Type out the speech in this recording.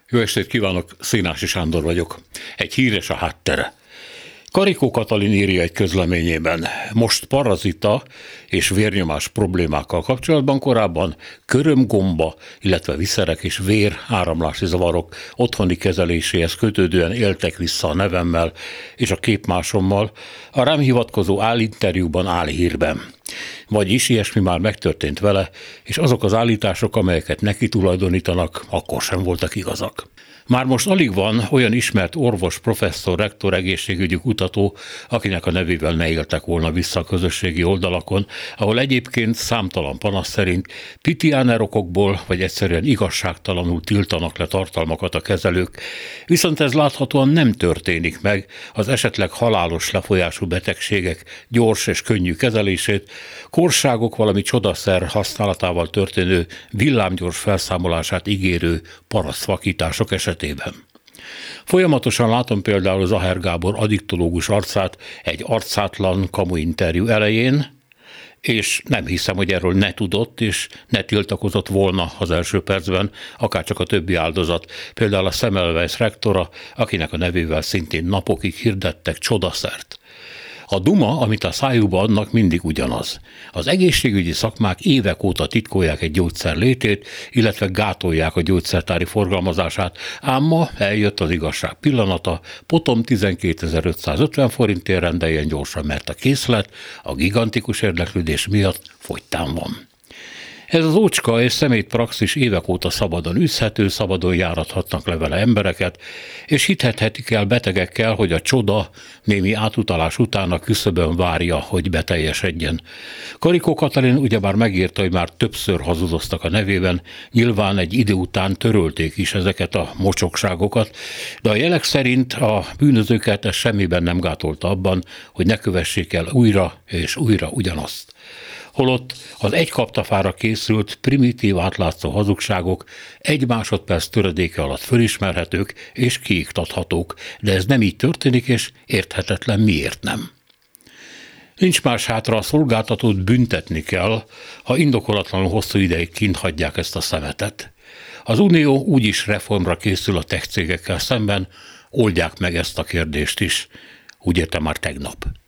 Jó estét kívánok, Szénási Sándor vagyok. Egy híres a háttere. Karikó Katalin írja egy közleményében: most parazita és vérnyomás problémákkal kapcsolatban korábban körömgomba, illetve viszerek és vér áramlási zavarok otthoni kezeléséhez kötődően éltek vissza a nevemmel és a képmásommal a rám hivatkozó állinterjúban, álhírben. Vagyis ilyesmi már megtörtént vele, és azok az állítások, amelyeket neki tulajdonítanak, akkor sem voltak igazak. Már most alig van olyan ismert orvos, professzor, rektor, egészségügyi kutató, akinek a nevével ne éltek volna vissza a közösségi oldalakon, ahol egyébként számtalan panasz szerint pitiáner okokból vagy egyszerűen igazságtalanul tiltanak le tartalmakat a kezelők, viszont ez láthatóan nem történik meg az esetleg halálos lefolyású betegségek gyors és könnyű kezelését, korságok valami csodaszer használatával történő villámgyors felszámolását ígérő parasztvakítások esetében. Folyamatosan látom például Zahár Gábor addiktológus arcát egy arcátlan kamu interjú elején, és nem hiszem, hogy erről ne tudott és ne tiltakozott volna az első percben, akárcsak a többi áldozat, például a Semmelweis rektora, akinek a nevével szintén napokig hirdettek csodaszert. A duma, amit a szájukba adnak, mindig ugyanaz. Az egészségügyi szakmák évek óta titkolják egy gyógyszer létét, illetve gátolják a gyógyszertári forgalmazását, ám ma eljött az igazság pillanata, potom 12.550 forintért rendeljen gyorsan, mert a készlet a gigantikus érdeklődés miatt fogytán van. Ez az ócska és szemétpraxis évek óta szabadon üzhető, szabadon járathatnak le vele embereket, és hithethetik el betegekkel, hogy a csoda némi átutalás után a küszöbön várja, hogy beteljesedjen. Karikó Katalin ugyebár megírta, hogy már többször hazudoztak a nevében, nyilván egy idő után törölték is ezeket a mocsokságokat, de a jelek szerint a bűnözőket ez semmiben nem gátolta abban, hogy ne kövessék el újra és újra ugyanazt. Holott az egy kaptafára készült, primitív átlátszó hazugságok egy másodperc töredéke alatt fölismerhetők és kiiktathatók, de ez nem így történik, és érthetetlen miért nem. Nincs más hátra, a szolgáltatót büntetni kell, ha indokolatlanul hosszú ideig kint hagyják ezt a szemetet. Az Unió úgyis reformra készül a tech cégekkel szemben, oldják meg ezt a kérdést is, úgy értem már tegnap.